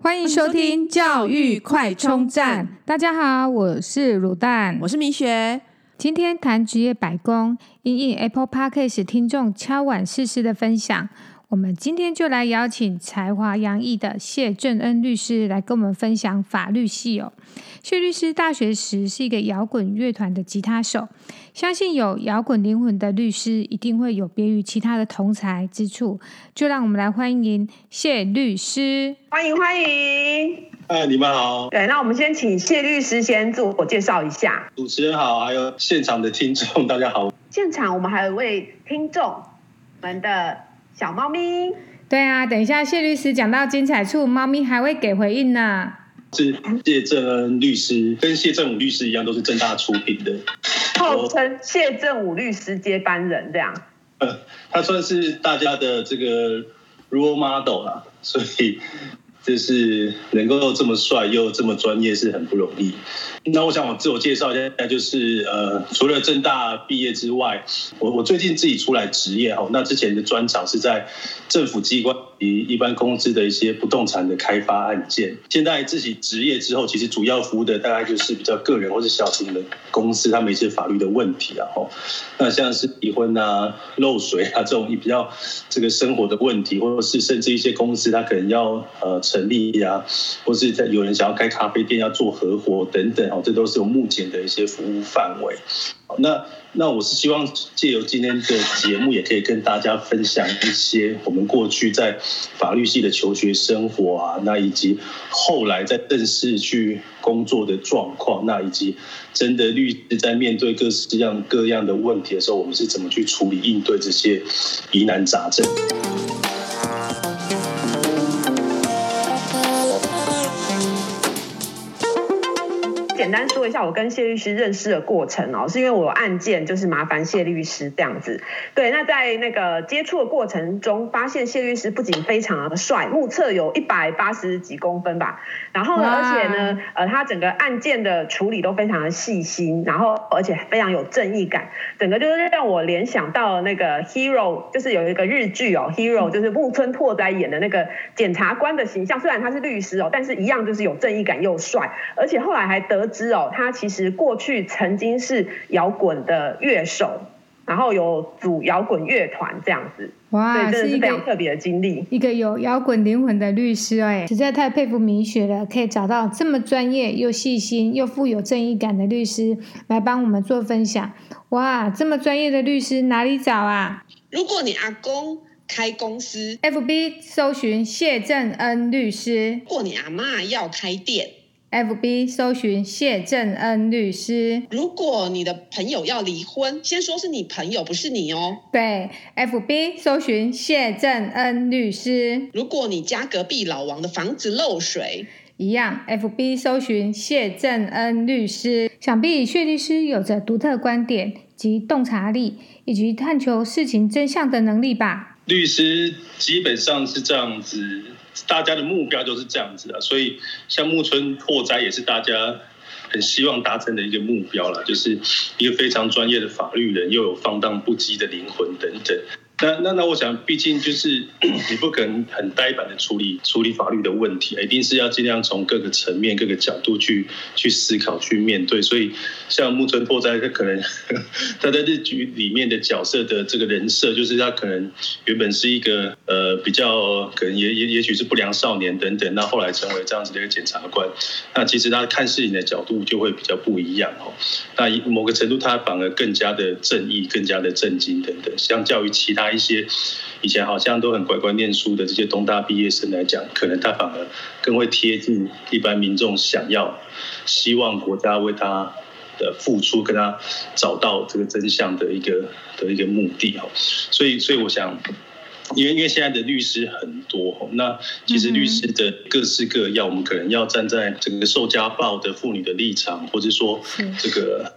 欢迎收听教育快充站。大家好，我是卤蛋， 我是米雪。 今天谈职业百工，因应 Apple Podcast 听众敲碗试试的分享，我们今天就来邀请才华洋溢的谢正恩律师来跟我们分享法律系哦。谢律师大学时是一个摇滚乐团的吉他手，相信有摇滚灵魂的律师一定会有别于其他的同才之处，就让我们来欢迎谢律师。 欢迎欢迎。 你们好。 对，那我们先请谢律师先自我介绍一下。 主持人好，还有现场的听众大家好。 现场我们还有一位听众，我们的小猫咪。 对啊，等一下谢律师讲到精彩处，猫咪还会给回应呢。 是谢正恩律师，跟谢正武律师一样，都是政大出品的， 号称谢正武律师接班人这样。 他算是大家的这个 role model 啦，所以就是能够这么帅又这么专业是很不容易。那我想我自我介绍一下，就是除了政大毕业之外，我最近自己出来职业哈。那之前的专长是在政府机关及一般公司的一些不动产的开发案件。现在自己职业之后，其实主要服务的大概就是比较个人或是小型的公司，他们一些法律的问题啊。那像是离婚啊、漏水啊这种比较这个生活的问题，或者是甚至一些公司它可能要成立啊，或是有人想要开咖啡店要做合伙等等，这都是我目前的一些服务范围。那我是希望借由今天的节目，也可以跟大家分享一些我们过去在法律系的求学生活啊，那以及后来在正式去工作的状况，那以及真的律师在面对各样的问题的时候，我们是怎么去处理应对这些疑难杂症。 简单说一下我跟谢律师认识的过程哦，是因为我有案件就是麻烦谢律师这样子。对，那在那个接触的过程中，发现谢律师不仅非常的帅，目测有180几公分吧，然后呢，而且呢，他整个案件的处理都非常的细心，然后而且非常有正义感，整个就是让我联想到那个 Hero， 就是有一个日剧哦 ，Hero 就是木村拓哉演的那个检察官的形象，虽然他是律师哦，但是一样就是有正义感又帅，而且后来还得知哦，他其实过去曾经是摇滚的乐手，然后有组摇滚乐团这样子。哇，对，真的是非常特别的经历。 一个有摇滚灵魂的律师，实在太佩服米雪了，可以找到这么专业又细心又富有正义感的律师来帮我们做分享。哇，这么专业的律师哪里找啊？ 如果你阿公开公司 FB 搜寻谢正恩律师。 如果你阿嬷要开店 FB 搜寻谢正恩律师。 如果你的朋友要离婚，先说是你朋友不是你哦。 对， FB 搜寻谢正恩律师。 如果你家隔壁老王的房子漏水， 一样 FB 搜寻谢正恩律师。想必谢律师有着独特观点及洞察力，以及探求事情真相的能力吧。 律师基本上是这样子，大家的目标就是这样子啊，所以像木村拓哉也是大家很希望达成的一个目标啦，就是一个非常专业的法律人，又有放荡不羁的灵魂等等。那我想，毕竟就是你不可能很呆板的处理法律的问题，一定是要尽量从各个层面、各个角度去思考、去面对。所以，像木村拓哉，他可能他在日剧里面的角色的这个人设，就是他可能原本是一个比较可能也许是不良少年等等，那后来成为这样子的一个检察官，那其实他看事情的角度就会比较不一样哦。那某个程度，他反而更加的正义、更加的正经等等，相较于其他一些以前好像都很乖乖念书的这些东大毕业生来讲，可能他反而更会贴近一般民众希望国家为他的付出，跟他找到这个真相的一个目的。所以我想，因为现在的律师很多，那其实律师的各式各样，我们可能要站在这个受家暴的妇女的立场，或者说这个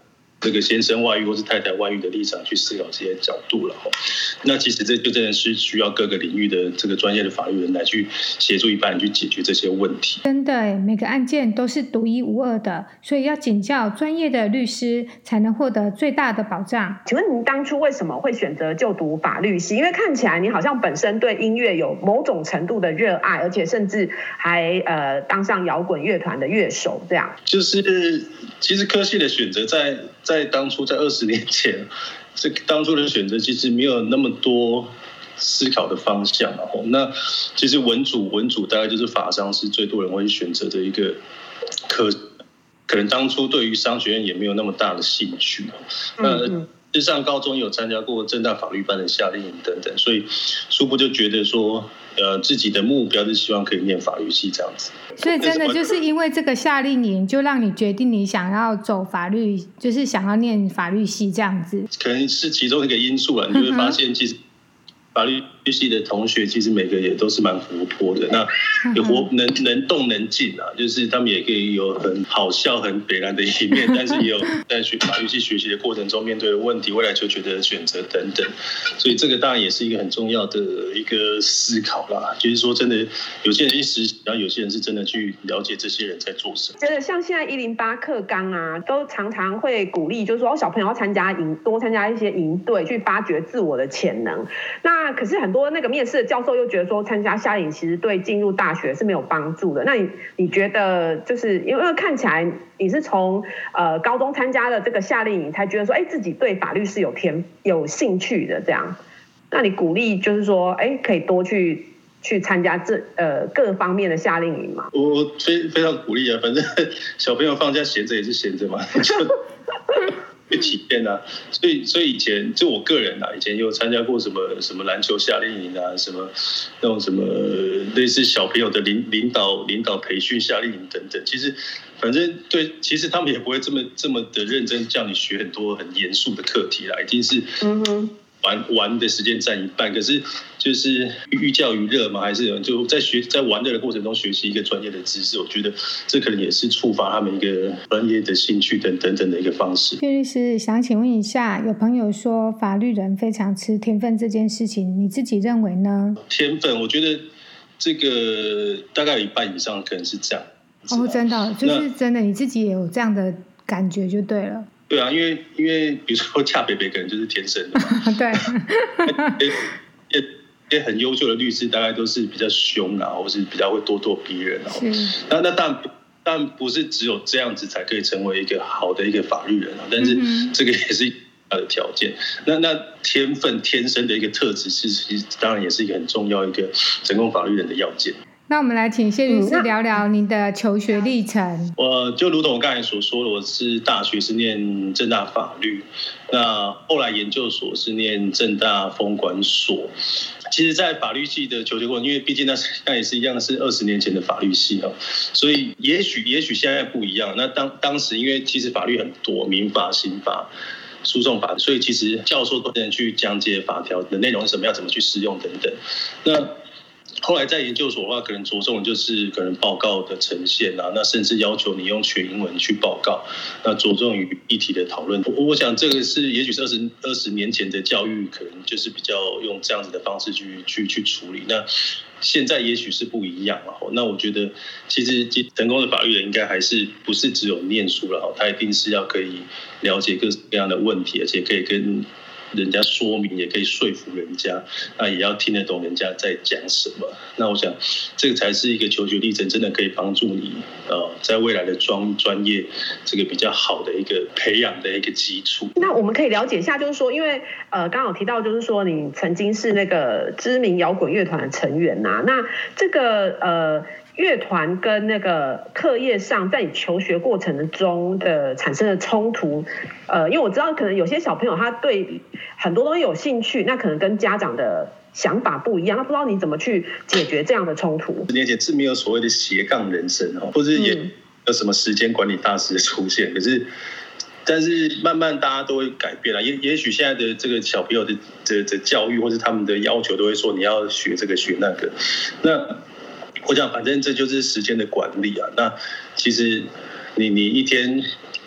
这个先生外遇或是太太外遇的立场去思考这些角度了。那其实这就真的是需要各个领域的这个专业的法律人来去协助一般人去解决这些问题。 真的耶，每个案件都是独一无二的，所以要请教专业的律师才能获得最大的保障。 请问您当初为什么会选择就读法律系？因为看起来你好像本身对音乐有某种程度的热爱，而且甚至还当上摇滚乐团的乐手，这样。 就是其实科系的选择在当初在20年前，这当初的选择其实没有那么多思考的方向。那其实文组大概就是法商是最多人会选择的一个科，可能当初对于商学院也没有那么大的兴趣。那事实上高中有参加过政大法律班的夏令营等等，所以初步就觉得说自己的目标是希望可以念法律系这样子。 所以真的就是因为这个夏令营，就让你决定你想要走法律，就是想要念法律系这样子。 可能是其中一个因素了，你就会发现其实法律系的同学其实每个也都是蛮活泼的，那能动能静啊，就是他们也可以有很好笑很北蓝的一面，但是也有在法律系学习的过程中面对的问题、未来求学的选择等等，所以这个当然也是一个很重要的一个思考啦。就是说真的有些人去实习，然后有些人是真的去了解这些人在做什么。 觉得像现在108课纲啊，都常常会鼓励，就是说小朋友要多参加一些营队，去发掘自我的潜能。那可是很多那个面试的教授又觉得说，参加夏令营其实对进入大学是没有帮助的。那你觉得，就是因为看起来你是从高中参加了这个夏令营，才觉得说，自己对法律是有兴趣的这样。那你鼓励就是说，可以多去参加各方面的夏令营嘛？ 我非常鼓励啊，反正小朋友放假闲着也是闲着嘛。去体验啊，所以以前就我个人啊，以前有参加过什么篮球夏令营啊，什么那种什么类似小朋友的领导培训夏令营等等。其实反正对，其实他们也不会这么的认真叫你学很多很严肃的课题啦，一定是玩的时间占一半，可是就是寓教于乐嘛，还是就在玩的过程中学习一个专业的知识，我觉得这可能也是触发他们一个专业的兴趣等等的一个方式。 谢律师想请问一下，有朋友说法律人非常吃天分这件事情，你自己认为呢？ 天分，我觉得这个大概有一半以上可能是这样。 真的，就是真的，你自己也有这样的感觉就对了。 对啊，因为比如说恰北北可能就是天生的嘛。 对。 也很优秀的律师大概都是比较凶啊，或是比较会咄咄逼人啊。那当然不是只有这样子才可以成为一个好的一个法律人啊，但是这个也是他的条件。那天分天生的一个特质是当然也是一个很重要一个成功法律人的要件。 那我们来请谢律师聊聊您的求学历程。 我就如同我刚才所说的，我是大学是念政大法律，那后来研究所是念政大风管所。其实在法律系的求学过程，因为毕竟那也是一样是20年前的法律系，所以也许现在不一样。那当时因为其实法律很多，民法、刑法、诉讼法，所以其实教授都能去讲解法条的内容是什么，要怎么去适用等等。那后来在研究所的话，可能着重的就是可能报告的呈现啊，那甚至要求你用全英文去报告，那着重于议题的讨论。我想这个是也许是20年前的教育，可能就是比较用这样子的方式去处理。那现在也许是不一样了。那我觉得其实成功的法律人应该还是不是只有念书了，他一定是要可以了解各式各样的问题，而且可以跟人家说明，也可以说服人家，那也要听得懂人家在讲什么。那我想这个才是一个求学历程真的可以帮助你在未来的专业这个比较好的一个培养的一个基础。 那我们可以了解一下，就是说因为刚刚有提到就是说你曾经是那个知名摇滚乐团的成员啊，那这个乐团跟那个课业上，在你求学过程中的产生的冲突，因为我知道可能有些小朋友他对很多东西有兴趣，那可能跟家长的想法不一样，他不知道你怎么去解决这样的冲突。 10年前是没有所谓的斜杠人生，或者也有什么时间管理大师的出现，但是慢慢大家都会改变了。也许现在的这个小朋友的教育或是他们的要求都会说你要学这个学那个，那我想反正这就是时间的管理啊。那其实你一天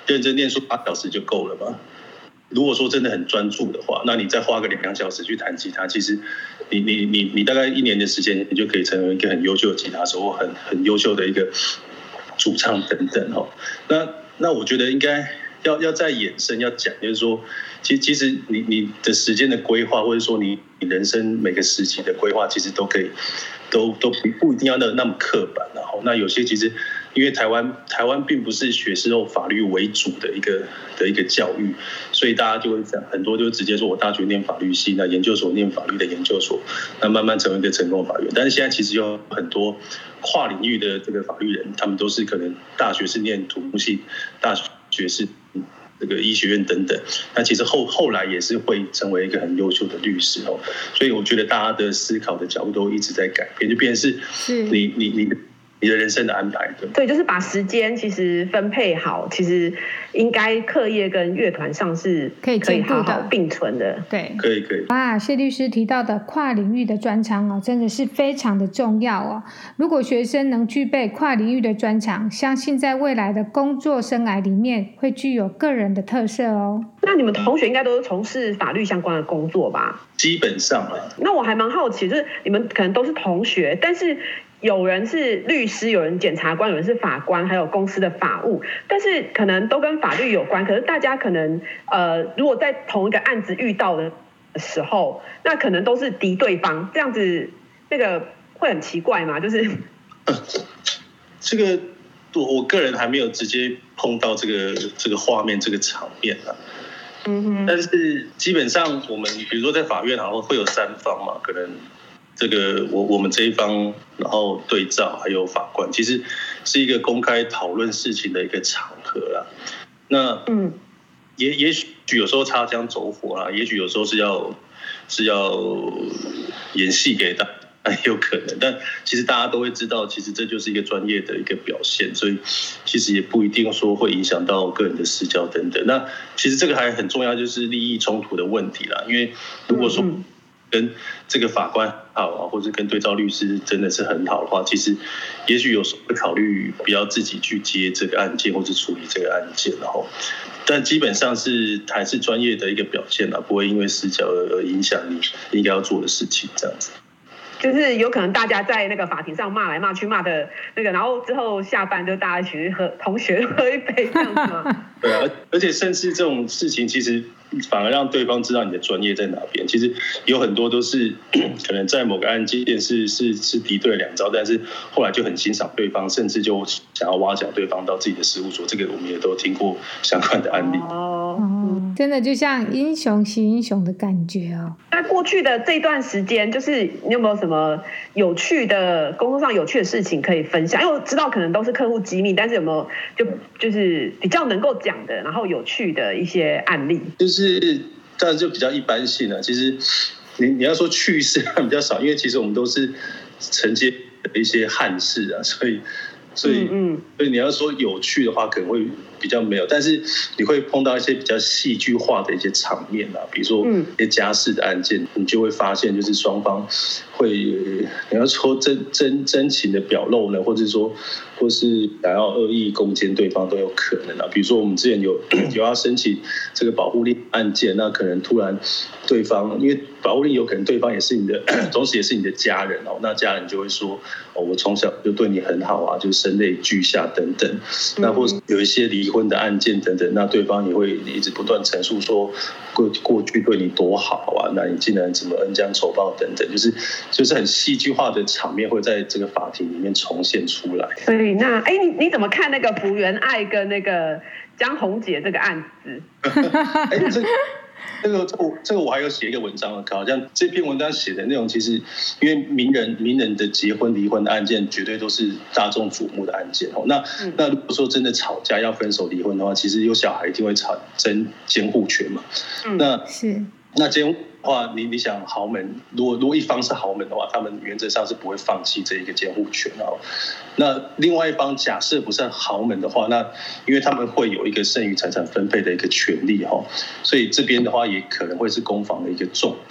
认真念书8小时就够了吗？如果说真的很专注的话，那你再花个2小时去弹吉他，其实你大概1年的时间，你就可以成为一个很优秀的吉他手，或很优秀的一个主唱等等哦。那我觉得应该要再衍生要讲，就是说，其实你的时间的规划，或者说你人生每个时期的规划，其实都可以都不一定要那么刻板，然后那有些其实。因为台湾并不是学士后法律为主的一个教育，所以大家就会讲很多就直接说我大学念法律系，那研究所念法律的研究所，那慢慢成为一个成功的法院。但是现在其实有很多跨领域的这个法律人，他们都是可能大学是念土木系，大学是这个医学院等等，那其实后来也是会成为一个很优秀的律师哦。所以我觉得大家的思考的角度都一直在改变，就变成是你的人生的安排， 对，就是把时间其实分配好，其实应该课业跟乐团上是可以好好并存的。 对， 可以。 哇，谢律师提到的跨领域的专长哦，真的是非常的重要哦。如果学生能具备跨领域的专长，相信在未来的工作生涯里面会具有个人的特色哦。 那你们同学应该都是从事法律相关的工作吧？ 基本上啊。 那我还蛮好奇，就是你们可能都是同学，但是有人是律师，有人检察官，有人是法官，还有公司的法务，但是可能都跟法律有关。可是大家可能如果在同一个案子遇到的时候，那可能都是敌对方，这样子那个会很奇怪吗？就是这个我个人还没有直接碰到这个画面这个场面啊。但是基本上我们比如说在法院好像会有3方嘛，可能。这个我们这一方，然后对照还有法官，其实是一个公开讨论事情的一个场合啦。那也许有时候擦枪走火啦，也许有时候是要演戏给大家，也有可能。但其实大家都会知道，其实这就是一个专业的一个表现，所以其实也不一定说会影响到个人的私交等等。那其实这个还很重要，就是利益冲突的问题啦。因为如果说跟这个法官好啊，或者跟对照律师真的是很好的话，其实也许有时候会考虑不要自己去接这个案件或者处理这个案件，然后，但基本上是还是专业的一个表现啦，不会因为私交而影响你应该要做的事情，这样子。 就是有可能大家在那个法庭上骂来骂去骂的那个，然后之后下班就大家一起去同学喝一杯这样子吗？ 对啊，而且甚至这种事情其实反而让对方知道你的专业在哪边。其实有很多都是可能在某个案件是敌对2招，但是后来就很欣赏对方，甚至就想要挖角对方到自己的事务所。这个我们也都听过相关的案例。 真的就像英雄惜英雄的感觉哦。 那过去的这段时间，就是你有没有什么有趣的工作上有趣的事情可以分享？因为我知道可能都是客户机密，但是有没有就是比较能够讲的，然后有趣的一些案例？ 就是当然就比较一般性了。其实你要说趣事比较少，因为其实我们都是承接的一些憾事啊，所以你要说有趣的话，可能会比较没有，但是你会碰到一些比较戏剧化的一些场面啊，比如说一些家事的案件，你就会发现就是双方会你要说真情的表露呢，或是想要恶意攻坚对方都有可能啊。比如说我们之前有要申请这个保护令案件，那可能突然对方因为保护令有可能对方也是你的，同时也是你的家人哦，那家人就会说我从小就对你很好啊，就是声泪俱下等等。那或是有一些离婚的案件等等，那对方也会一直不断陈述说过去对你多好啊，那你竟然怎么恩将仇报等等，就是很戏剧化的场面会在这个法庭里面重现出来。 所以那你怎么看那个福原爱跟那个江宏杰这个案子？ 这个我还有写一个文章，好像这篇文章写的内容，其实因为名人的结婚离婚的案件，绝对都是大众瞩目的案件哦。那如果说真的吵架要分手离婚的话，其实有小孩一定会争监护权嘛。那监护的话，你想豪门，如果一方是豪门的话，他们原则上是不会放弃这一个监护权哦。那另外一方假设不是豪门的话，那因为他们会有一个剩余财产分配的一个权利哈，所以这边的话也可能会是攻防的一个重点。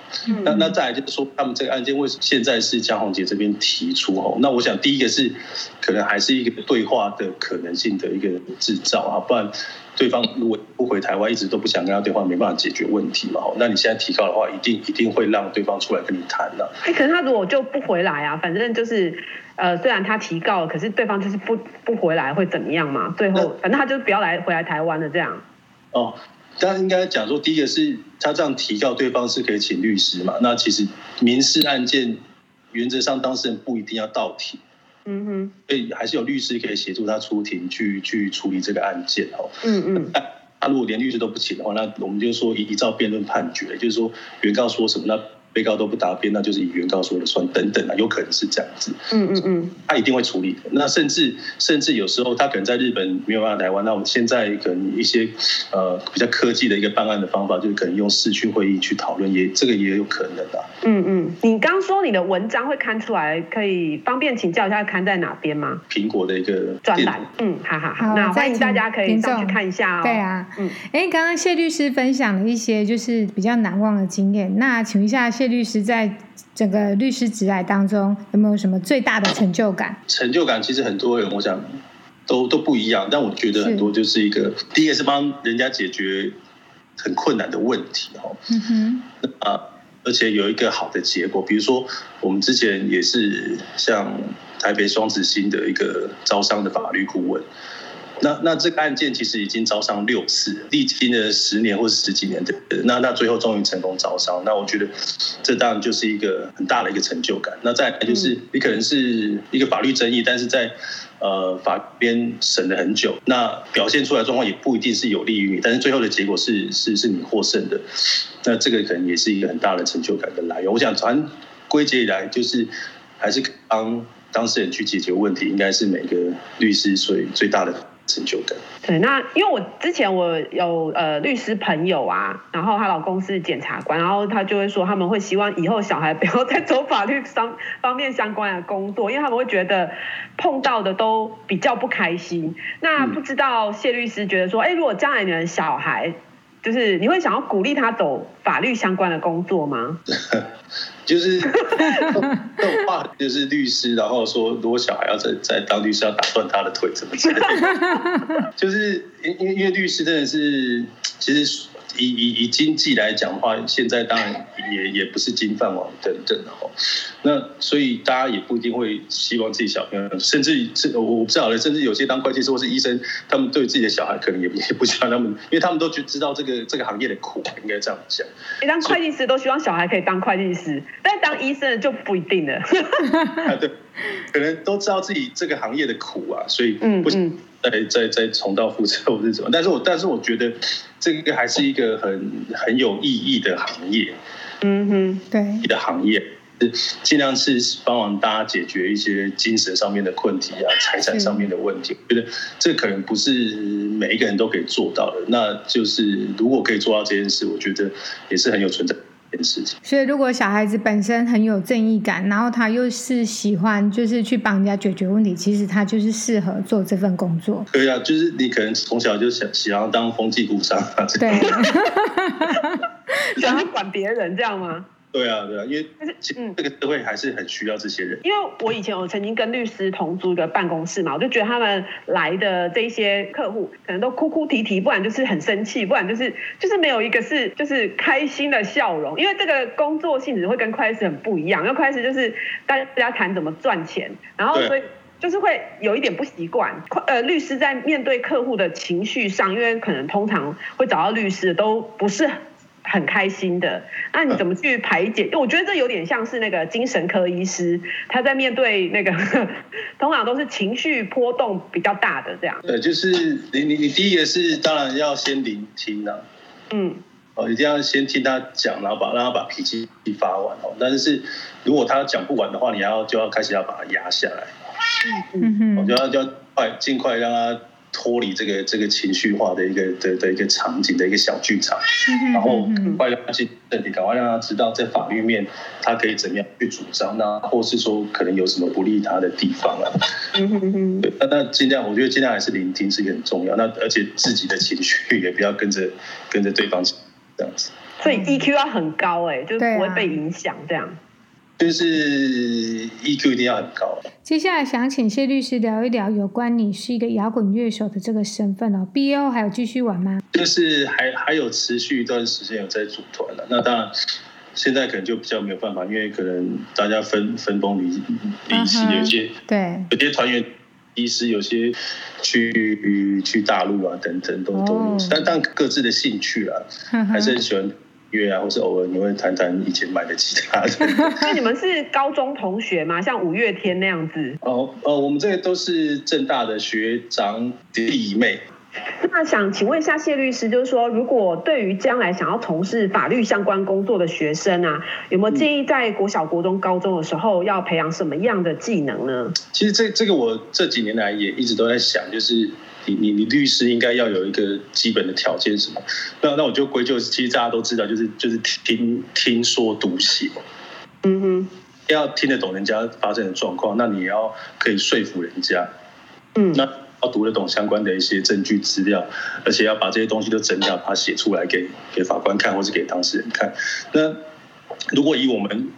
那再来就是说，他们这个案件为什么现在是江宏杰这边提出那我想第一个是可能还是一个对话的可能性的一个制造不然对方如果不回台湾，一直都不想跟他对话，没办法解决问题嘛那你现在提告的话，一定会让对方出来跟你谈可是他如果就不回来反正就是虽然他提告了，可是对方就是不回来会怎么样嘛？最后反正他就不要回来台湾了这样。 当然应该讲说，第一个是他这样提告，对方是可以请律师嘛。那其实民事案件原则上当事人不一定要到庭，所以还是有律师可以协助他出庭去处理这个案件他如果连律师都不请的话，那我们就说依照辩论判决，就是说原告说什么，那被告都不答辩，那就是以原告说了算等等有可能是这样子。他一定会处理的。那甚至有时候他可能在日本没有办法台湾，那我们现在可能一些比较科技的一个办案的方法，就是可能用视讯会议去讨论，这个也有可能你刚说你的文章会刊出来，可以方便请教一下刊在哪边吗？ 苹果的一个专栏。好，那欢迎大家可以上去看一下对啊，刚刚谢律师分享了一些就是比较难忘的经验，那请问一下谢律师在整个律师职涯当中有没有什么最大的成就感？ 成就感其实很多人我想都不一样，但我觉得很多就是一个第一个是帮人家解决很困难的问题而且有一个好的结果。比如说我们之前也是像台北双子星的一个招商的法律顾问，那这个案件其实已经招商6次，历经了10年或是10几年的，那最后终于成功招商。那我觉得这当然就是一个很大的一个成就感。那再来就是你可能是一个法律争议，但是在法边审了很久，那表现出来的状况也不一定是有利于你，但是最后的结果是你获胜的。那这个可能也是一个很大的成就感的来源。我想反正归结以来就是还是帮当事人去解决问题，应该是每个律师最大的成就感。 对，那因为之前我有律师朋友然后她老公是检察官，然后他就会说他们会希望以后小孩不要再走法律方面相关的工作，因为他们会觉得碰到的都比较不开心。那不知道谢律师觉得说，如果将来你的小孩就是你会想要鼓励他走法律相关的工作吗？ 就是这种话，就是律师，然后说如果小孩要再当律师，要打断他的腿，怎么之类的。就是因为律师真的是，其实以经济来讲的话，现在当然也不是金饭碗等等那所以大家也不一定会希望自己小朋友，甚至我不知道甚至有些当会计师或是医生，他们对自己的小孩可能也不希望他们，因为他们都知道这个行业的苦，应该这样讲。 当会计师都希望小孩可以当会计师，但是当医生就不一定了。 对，可能都知道自己这个行业的苦所以不想再重蹈覆辙或是什么。但是我觉得这个还是一个很有意义的行业。 对， 的行业。尽量是帮忙大家解决一些精神上面的问题财产上面的问题。我觉得这可能不是每一个人都可以做到的，那就是如果可以做到这件事，我觉得也是很有存在的一件事情。 所以如果小孩子本身很有正义感，然后他又是喜欢就是去帮人家解决问题，其实他就是适合做这份工作。 对啊，就是你可能从小就喜欢当风纪股商对。 想去管别人这样吗？ 对啊，因为这个社会还是很需要这些人。 因为我以前有曾经跟律师同租一个办公室嘛，我就觉得他们来的这些客户可能都哭哭啼啼，不然就是很生气，不然就是没有一个是就是开心的笑容。因为这个工作性质会跟会计师很不一样，因为会计师就是大家谈怎么赚钱，然后所以就是会有一点不习惯。律师在面对客户的情绪上，因为可能通常会找到律师都不是很开心的，那你怎么去排解？我觉得这有点像是那个精神科医师，他在面对那个通常都是情绪波动比较大的这样。 对，就是你第一个是当然要先聆听一定要先听他讲，然后让他把脾气发完但是如果他讲不完的话，你就要开始要把他压下来，就要尽快让他脱离这个情绪化的一个场景的一个小剧场，然后赶快让他进正题，赶快让他知道在法律面他可以怎么样去主张，那或是说可能有什么不利他的地方对，那尽量我觉得尽量还是聆听是一个很重要，那而且自己的情绪也不要跟着对方这样子。 所以 EQ 要很高就是不会被影响这样。 就是 EQ 一定要很高。 接下来想请谢律师聊一聊有关你是一个摇滚乐手的这个身份哦。毕业后还有继续玩吗？ 就是还有持续一段时间有在组团了。那当然现在可能就比较没有办法，因为可能大家分崩离析，有些团员医师，有些去大陆啊等等都有。但各自的兴趣啦，还是很喜欢乐啊，或是偶尔你会弹弹以前买的吉他的。 那你们是高中同学吗？像五月天那样子？ 我们这个都是政大的学长弟妹。 那想请问一下谢律师，就是说，如果对于将来想要从事法律相关工作的学生啊，有没有建议在国小、国中、高中的时候要培养什么样的技能呢？ 其实这个我这几年来也一直都在想，就是你律师应该要有一个基本的条件是什么？那我就归咎，其实大家都知道，就是听说读写，要听得懂人家发生的状况，那你要可以说服人家，那要读得懂相关的一些证据资料，而且要把这些东西都整理好，把它写出来给法官看，或是给当事人看。那如果以我们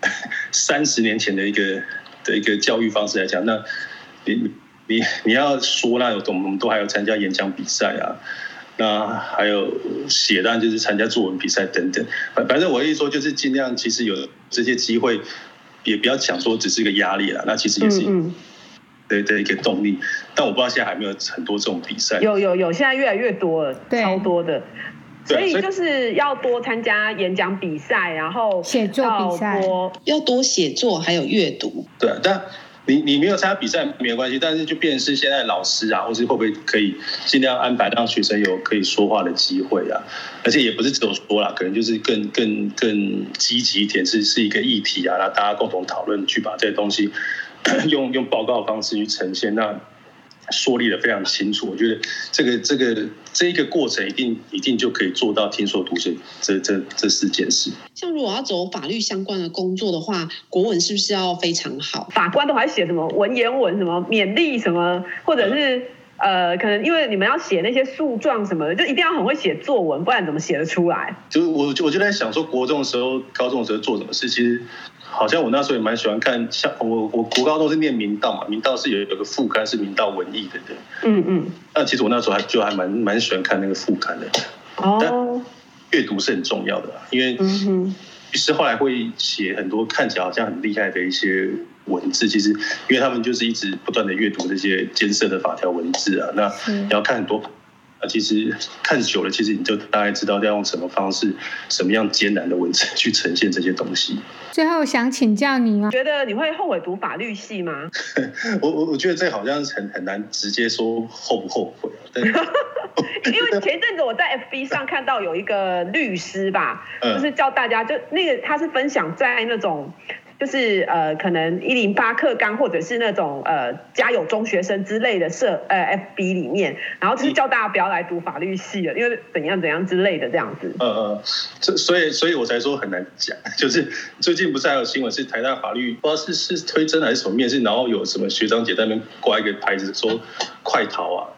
30年前的一个教育方式来讲，那你要说那我们都还有参加演讲比赛啊，那还有写，当然就是参加作文比赛等等。反正我的意思说，就是尽量其实有这些机会，也不要讲说只是一个压力啦，那其实也是的一个动力。但我不知道现在还没有很多这种比赛。 有，现在越来越多了，超多的。所以就是要多参加演讲比赛，然后写作比赛， 要多写作，还有阅读。 对，但你没有参加比赛没有关系，但是就变成是现在老师啊，或是会不会可以尽量安排让学生有可以说话的机会啊？而且也不是只有说啦，可能就是更积极一点，是一个议题啊，让大家共同讨论，去把这些东西用报告的方式去呈现，那说理的非常清楚。我觉得这一个过程一定就可以做到听说读写这4件事。 像如果要走法律相关的工作的话，国文是不是要非常好？ 法官都还写什么文言文，什么勉励什么，或者是可能因为你们要写那些诉状什么的，就一定要很会写作文，不然怎么写得出来？ 就是我就在想说，国中的时候、高中的时候做什么事，其实好像我那时候也蛮喜欢看，像我国高中是念明道嘛，明道是有个副刊是明道文艺的，那其实我那时候还蛮喜欢看那个副刊的。但阅读是很重要的，因为律师后来会写很多看起来好像很厉害的一些文字，其实因为他们就是一直不断的阅读这些艰涩的法条文字啊，那你要看很多。其实看久了，其实你就大概知道要用什么方式、什么样艰难的文字去呈现这些东西。 最后想请教你觉得你会后悔读法律系吗？ 我觉得这好像很难直接说后不后悔。 因为前一阵子我在 FB 上看到有一个律师吧，就是叫大家就那个他是分享在那种。就是可能108课纲或者是那种家有中学生之类的FB 里面，然后就是叫大家不要来读法律系了，因为怎样之类的这样子。 所以我才说很难讲。就是最近不是还有新闻是台大法律不知道是推甄还是什么面试，然后有什么学长姐在那边挂一个牌子说快逃啊。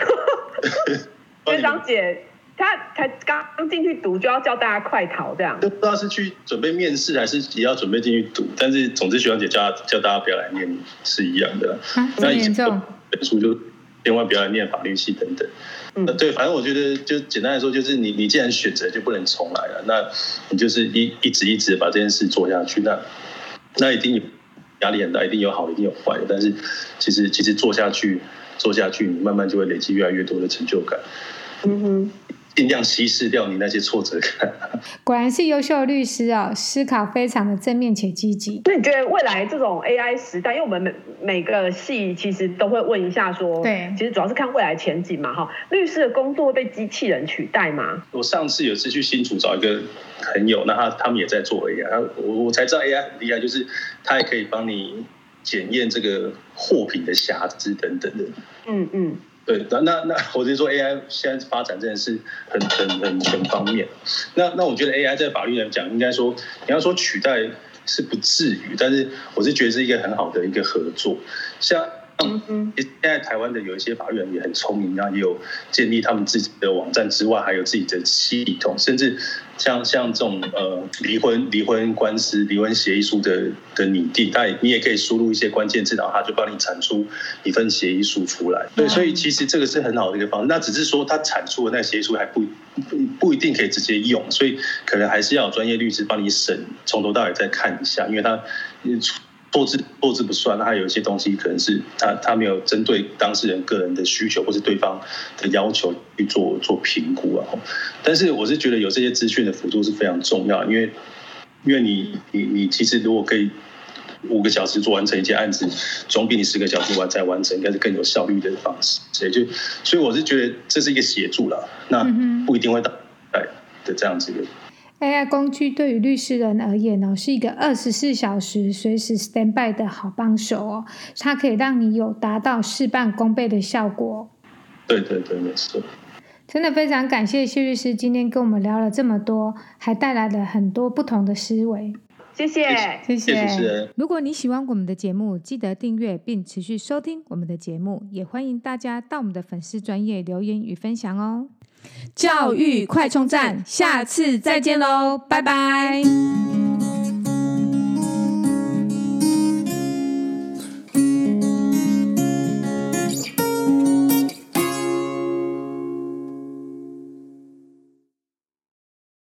学长姐。他才刚进去读就要叫大家快逃，这样就不知道是去准备面试还是也要准备进去读，但是总之学长姐叫大家不要来念是一样的。那以前本书就千万不要来念法律系等等。对，反正我觉得就简单来说，就是你既然选择就不能重来了，那你就是一直把这件事做下去，那一定有压力很大，一定有好的，一定有坏的，但是其实做下去，你慢慢就会累积越来越多的成就感。尽量稀释掉你那些挫折感。 果然是优秀的律师哦，思考非常的正面且积极。 那你觉得未来这种 AI 时代，因为我们每个系其实都会问一下说，对，其实主要是看未来前景嘛，律师的工作会被机器人取代吗？ 我上次有次去新竹找一个朋友，那他们也在做 AI， 我才知道 AI 很厉害，就是他也可以帮你检验这个货品的瑕疵等等的。对，那我是说 AI 现在发展真的是很全方面。那我觉得 AI 在法律来讲，应该说你要说取代是不至于，但是我是觉得是一个很好的一个合作。像现在台湾的有一些法律人也很聪明，然后也有建立他们自己的网站之外，还有自己的系统，甚至像这种离婚官司、离婚协议书的拟定，你也可以输入一些关键字，然后他就帮你产出一份协议书出来。对，所以其实这个是很好的一个方式。那只是说他产出的那协议书还不一定可以直接用，所以可能还是要有专业律师帮你审，从头到尾再看一下，因为他错字不算，他有一些东西可能是他没有针对当事人个人的需求或是对方的要求去做评估啊。但是我是觉得有这些资讯的辅助是非常重要，因为你其实如果可以5个小时做完成一件案子，总比你10个小时才完成应该是更有效率的方式。所以我是觉得这是一个协助啦，那不一定会到的这样子的。 AI 工具对于律师人而言是一个24小时随时 stand by 的好帮手它可以让你有达到事半功倍的效果。 对，没错。 真的非常感谢谢律师今天跟我们聊了这么多，还带来了很多不同的思维。 谢谢主持人。 如果你喜欢我们的节目，记得订阅并持续收听我们的节目，也欢迎大家到我们的粉丝专页留言与分享哦。教育快充站，下次再见喽，拜拜。